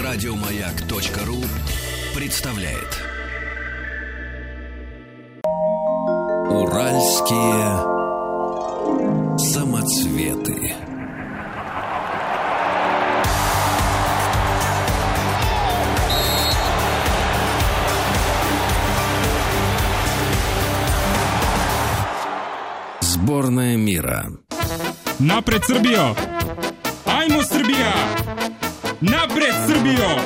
Радиомаяк.ру представляет Уральские самоцветы. Сборная мира. Напред, Сърбия! Аймо, Сърбия! Напред, Сърбия!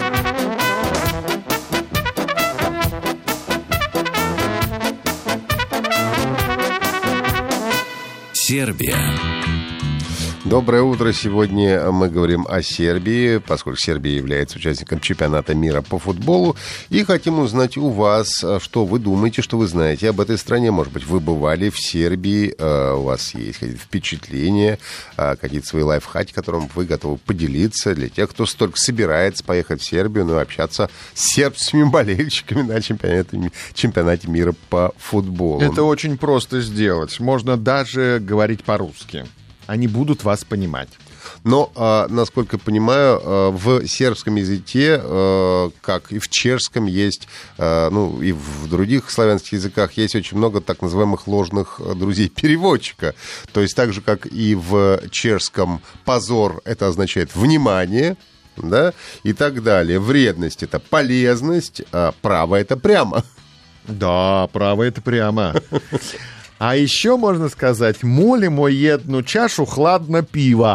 Сербия. Доброе утро. Сегодня мы говорим о Сербии, поскольку Сербия является участником чемпионата мира по футболу. И хотим узнать у вас, что вы думаете, что вы знаете об этой стране. Может быть, вы бывали в Сербии, у вас есть какие-то впечатления, какие-то свои лайфхаки, которым вы готовы поделиться для тех, кто только собирается поехать в Сербию, ну и общаться с сербскими болельщиками на чемпионате мира по футболу. Это очень просто сделать. Можно даже говорить по-русски. Они будут вас понимать. Но, насколько я понимаю, в сербском языке, как и в чешском, есть, ну, и в других славянских языках есть очень много так называемых ложных друзей-переводчика. То есть так же, как и в чешском «позор» это означает «внимание», да, и так далее. Вредность — это полезность, а право — это прямо. Да, право это прямо. А еще можно сказать: молимо одну чашу хладно пива.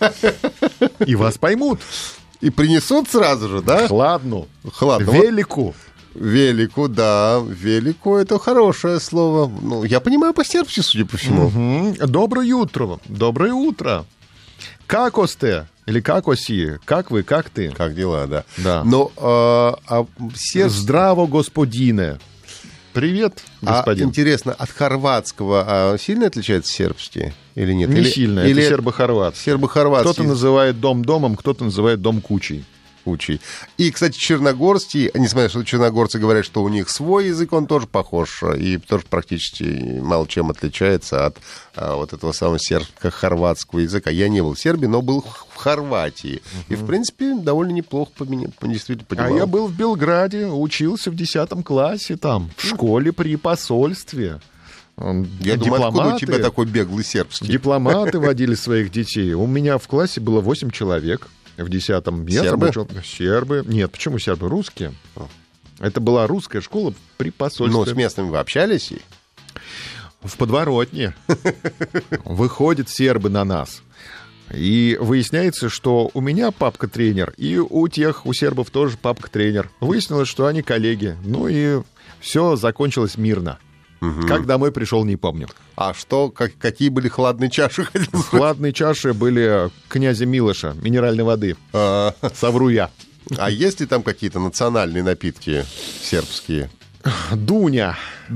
И вас поймут. И принесут сразу же, да? Хладну. Хладну. Велику. Велику, да. Велику — это хорошее слово. Ну, я понимаю по-сербски, судя по всему. Угу. Доброе утро. Доброе утро. Како сте? Или како си? Как вы, как ты? Как дела, да. Да. Но Здраво, господине. Привет, господин. Интересно, от хорватского сильно отличается сербский или нет? Не сильно, это сербо-хорватский. Сербо-хорватский. Кто-то называет дом домом, кто-то называет дом кучей. И, кстати, черногорский, несмотря на то, что черногорцы говорят, что у них свой язык, он тоже похож и тоже практически мало чем отличается от вот этого самого сербско-хорватского языка. Я не был в Сербии, но был в Хорватии. И, в принципе, довольно неплохо действительно понимал. А я был в Белграде, учился в 10 классе там, в школе при посольстве. Я думаю, откуда у тебя такой беглый сербский? Дипломаты водили своих детей. У меня в классе было 8 человек. В 10-м. Сербы? Сербы. Нет, почему сербы? Русские. Это была русская школа при посольстве. Но с местными вы общались? В подворотне. Выходят сербы на нас. И выясняется, что у меня папка тренер, и у сербов тоже папка тренер. Выяснилось, что они коллеги. Ну и все закончилось мирно. Угу. Как домой пришел, не помню. А что, какие были хладные чаши? Хладные чаши были князя Милоша, минеральной воды. Совру я. А есть ли там какие-то национальные напитки сербские? Дуня.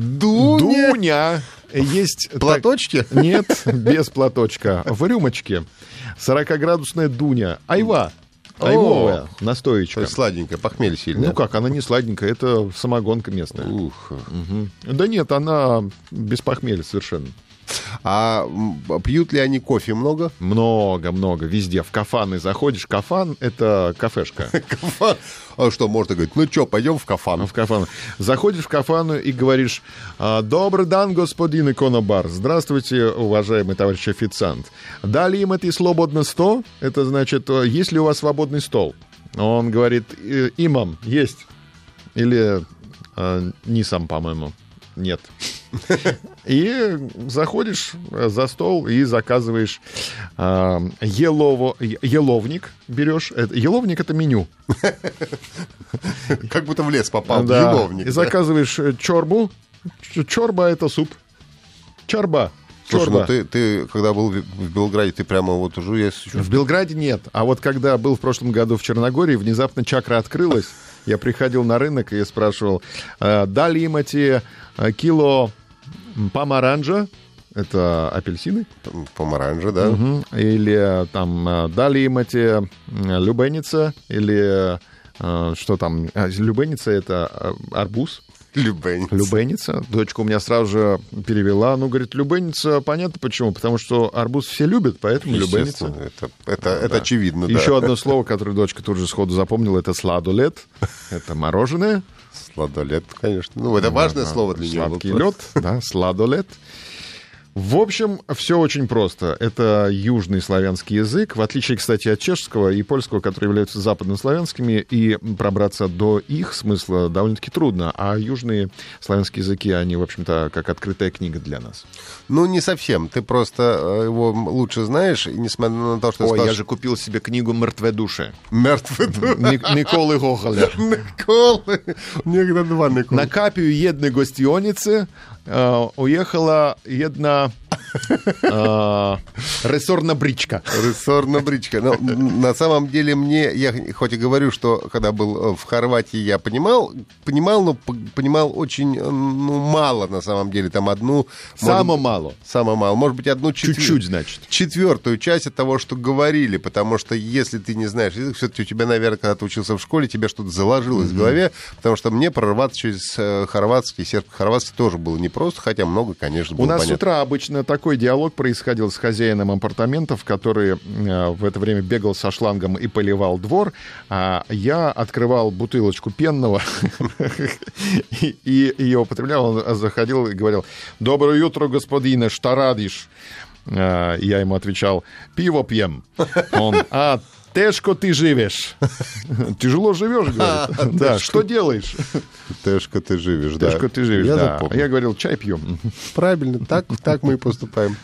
Есть платочки? Нет, без платочка. В рюмочке. 40-градусная дуня. Айва. Айвовая настоечка. То есть сладенькая, похмелье сильное. Ну как, она не сладенькая, это самогонка местная. Ух. Угу. Да нет, она без похмелья совершенно. А пьют ли они кофе много? Много, везде. В кафаны заходишь. Кафан — это кафешка. Кафан? А что, можно говорить, ну что, пойдем в кафан? В кафан. Заходишь в кафану и говоришь: «Добрый день, господин Иконобар. Здравствуйте, уважаемый товарищ официант. Дали им это свободный стол?» Это значит, есть ли у вас свободный стол? Он говорит: имам, есть. Или не сам, по-моему. Нет. И заходишь за стол и заказываешь еловник берешь. Еловник — это меню. Как будто в лес попал. Да. Еловник. И заказываешь чорбу. Чорба — это суп. Чорба. Слушай, ну ты когда был в Белграде, ты прямо вот уже... В Белграде нет. А вот когда был в прошлом году в Черногории, внезапно чакра открылась. Я приходил на рынок и спрашивал: дали им эти кило помаранджа, это апельсины. Помаранджа, да. Угу. Или там дали им эти любеница, или что там, любеница — это арбуз. Любеница. Дочка у меня сразу же перевела. Ну, говорит, любеница, понятно почему. Потому что арбуз все любят, поэтому любеница. Это очевидно, да. Еще одно слово, которое дочка тут же сходу запомнила, это сладолет. Это мороженое. Сладолет, конечно. Ну, это важное слово для нее. Сладкий лед, да, сладолет. В общем, все очень просто. Это южный славянский язык, в отличие, кстати, от чешского и польского, которые являются западнославянскими, и пробраться до их смысла довольно-таки трудно. А южные славянские языки, они, в общем-то, как открытая книга для нас. Ну, не совсем. Ты просто его лучше знаешь, и несмотря на то, что... Ой, я же купил себе книгу «Мертвые души». «Мертвые души». Миколы Гоголя. Миколы. Некогда два Миколы. На капію єдної гостьониці уехала jedna рессорная бричка. Рессорная бричка. Но на самом деле я хоть и говорю, что когда был в Хорватии, я понимал, но понимал очень мало на самом деле. Там одну... Самое мало. Может быть, одну чуть-чуть, значит. Четвертую часть от того, что говорили. Потому что если ты не знаешь язык, все-таки у тебя, наверное, когда ты учился в школе, тебе что-то заложилось в голове. Потому что мне прорваться через хорватский, сербский-хорватский тоже было непросто, хотя много, конечно, было понятно. У нас понятно. с утра обычно такой диалог происходил с хозяином апартаментов, который в это время бегал со шлангом и поливал двор, а я открывал бутылочку пенного и ее употреблял. Он заходил и говорил: «Доброе утро, господине, что радишь?» Я ему отвечал: «Пиво пьем». Он: «А, тяжко ты живешь». Тяжело живешь, говорит. Да, что делаешь? Тяжко ты живешь, да. Тяжко ты живешь, да. Я говорил, чай пьем. Правильно, так мы и поступаем.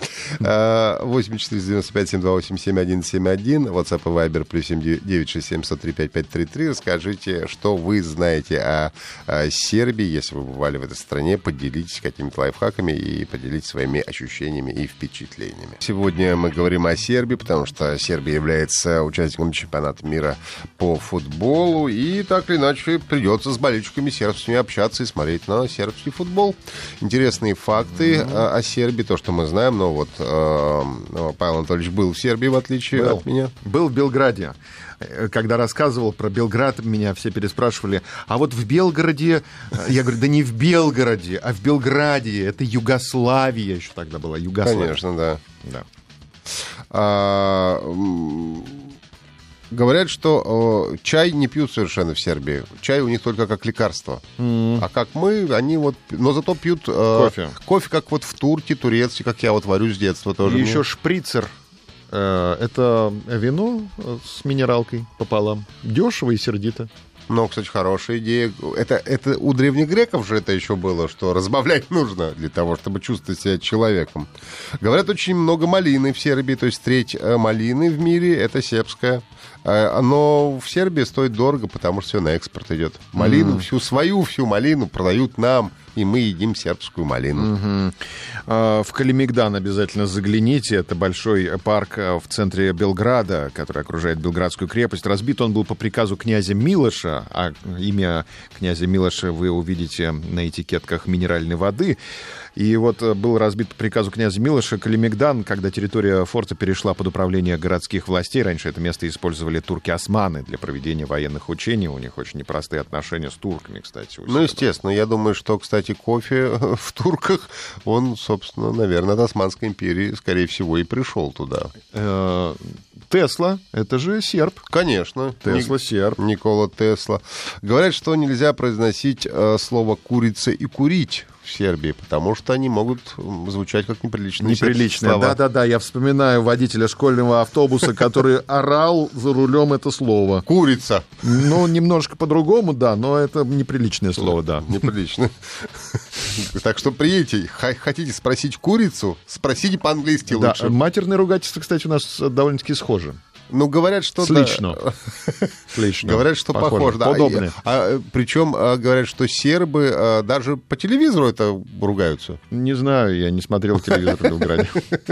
8-495-728-7171, WhatsApp и Viber, +7 967 103 5533. Расскажите, что вы знаете о Сербии, если вы бывали в этой стране. Поделитесь какими-то лайфхаками и поделитесь своими ощущениями и впечатлениями. Сегодня мы говорим о Сербии, потому что Сербия является участником чемпионата мира по футболу, и так или иначе придется с болельщиками сербскими общаться и смотреть на сербский футбол. Интересные факты о Сербии, то, что мы знаем, но вот Павел Анатольевич был в Сербии, в отличие от меня. Был в Белграде. Когда рассказывал про Белград, меня все переспрашивали: а вот в Белгороде... Я говорю, да не в Белгороде, а в Белграде. Это Югославия еще тогда была. Югославия. Конечно, да. Говорят, что чай не пьют совершенно в Сербии. Чай у них только как лекарство. А как мы, они вот... Но зато пьют кофе. Кофе, как вот в турке, турецкий, как я вот варю с детства тоже. И еще шприцер. Это вино с минералкой пополам. Дешево и сердито. Ну, кстати, хорошая идея. Это у древних греков же это еще было, что разбавлять нужно для того, чтобы чувствовать себя человеком. Говорят, очень много малины в Сербии, то есть треть малины в мире — это сербская. Но в Сербии стоит дорого, потому что все на экспорт идет. Малину, всю малину продают нам, и мы едим сербскую малину. В Калимигдан обязательно загляните. Это большой парк в центре Белграда, который окружает Белградскую крепость. Разбит он был по приказу князя Милоша, а имя князя Милоша вы увидите на этикетках минеральной воды. И вот был разбит по приказу князя Милоша Калимигдан, когда территория форта перешла под управление городских властей. Раньше это место использовали турки-османы для проведения военных учений. У них очень непростые отношения с турками, кстати. Ну, естественно. Я думаю, что, кстати, кофе в турках, он, собственно, наверное, от Османской империи, скорее всего, и пришел туда. Тесла, это же серб. Конечно. Тесла серб. Никола Тесла. Говорят, что нельзя произносить слово «курица» и «курить» в Сербии, потому что они могут звучать как неприличные слова. Да-да-да, я вспоминаю водителя школьного автобуса, который орал за рулем это слово. Курица. Ну, немножко по-другому, да, но это неприличное слово, да. Неприлично. Так что приедете, хотите спросить курицу, спросите по-английски лучше. Да, матерные ругательства, кстати, у нас довольно-таки схожи. Ну, говорят, что... Слично. Говорят, что похоже. Да. Подобные. Причем говорят, что сербы даже по телевизору это ругаются. Не знаю, я не смотрел телевизор в Белграде.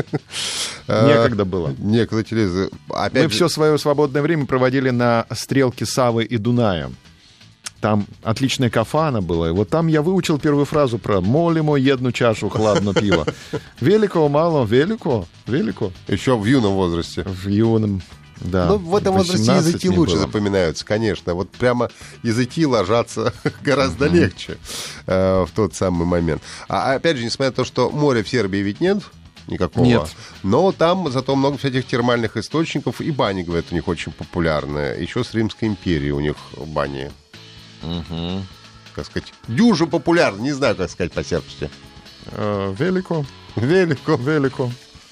Некогда было. Некогда телевизор. Мы все свое свободное время проводили на стрелке Савы и Дуная. Там отличная кафана была. И вот там я выучил первую фразу про «молимо одну чашу хладно пива». Велико, мало, велико. Еще в юном возрасте. В юном. Да. Ну, в этом возрасте 18 языки не лучше было. запоминаются, конечно. Вот прямо языки ложатся гораздо легче в тот самый момент. А опять же, несмотря на то, что моря в Сербии ведь нет никакого. Нет. Но там зато много всяких термальных источников, и бани, говорят, у них очень популярные. Еще с Римской империи у них бани, как сказать, дюже популярны. Не знаю, как сказать по-сербски. Велико. Велико.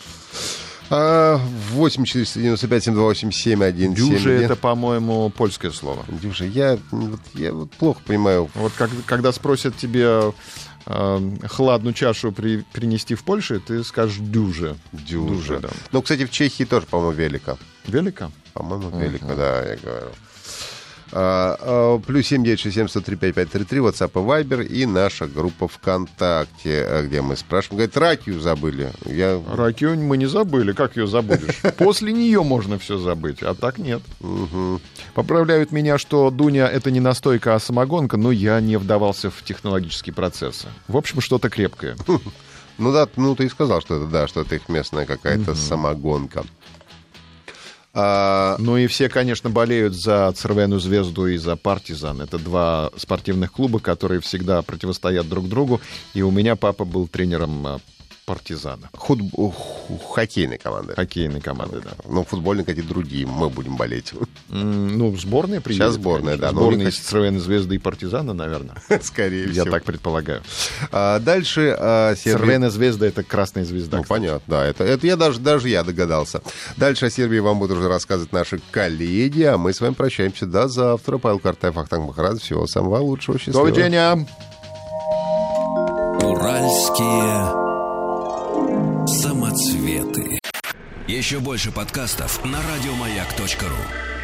8-495-728-7171. Дюже — это, по-моему, польское слово. Дюже, я вот плохо понимаю. Вот когда спросят тебе хладную чашу принести в Польше, ты скажешь дюже. Дюже. Да. Ну, кстати, в Чехии тоже, по-моему, велико. Велико? По-моему, велико, да, я говорю. Плюс 79671035533, WhatsApp и Viber, и наша группа ВКонтакте, где мы спрашиваем. Говорит, ракию забыли. Ракию мы не забыли. Как ее забудешь? После нее можно все забыть, а так нет. Поправляют меня, что Дуня — это не настойка, а самогонка, но я не вдавался в технологические процессы. В общем, что-то крепкое. Ну да, ты и сказал, что это, да, что это их местная какая-то самогонка. Ну и все, конечно, болеют за Цервену Звезду и за Партизан. Это два спортивных клуба, которые всегда противостоят друг другу. И у меня папа был тренером Партизана. Хоккейной команды. Хоккейной команды, да. Ну, футбольные какие-то другие, мы будем болеть. Ну, сборная приедет. Сейчас сборная, конечно. да. Сборная из Цервеной Звезды и Партизана, наверное. Скорее Я всего. так предполагаю. Дальше Цервена Звезда — это красная звезда. Ну, кстати. понятно, да. Это я даже я догадался. Дальше о Сербии вам будут уже рассказывать наши коллеги, а мы с вами прощаемся до завтра. Павел Картаев, Ахтанг Махарадзе. Всего самого лучшего. Счастливо. До свидания. Уральские самоцветы. Еще больше подкастов на радиомаяк.ру.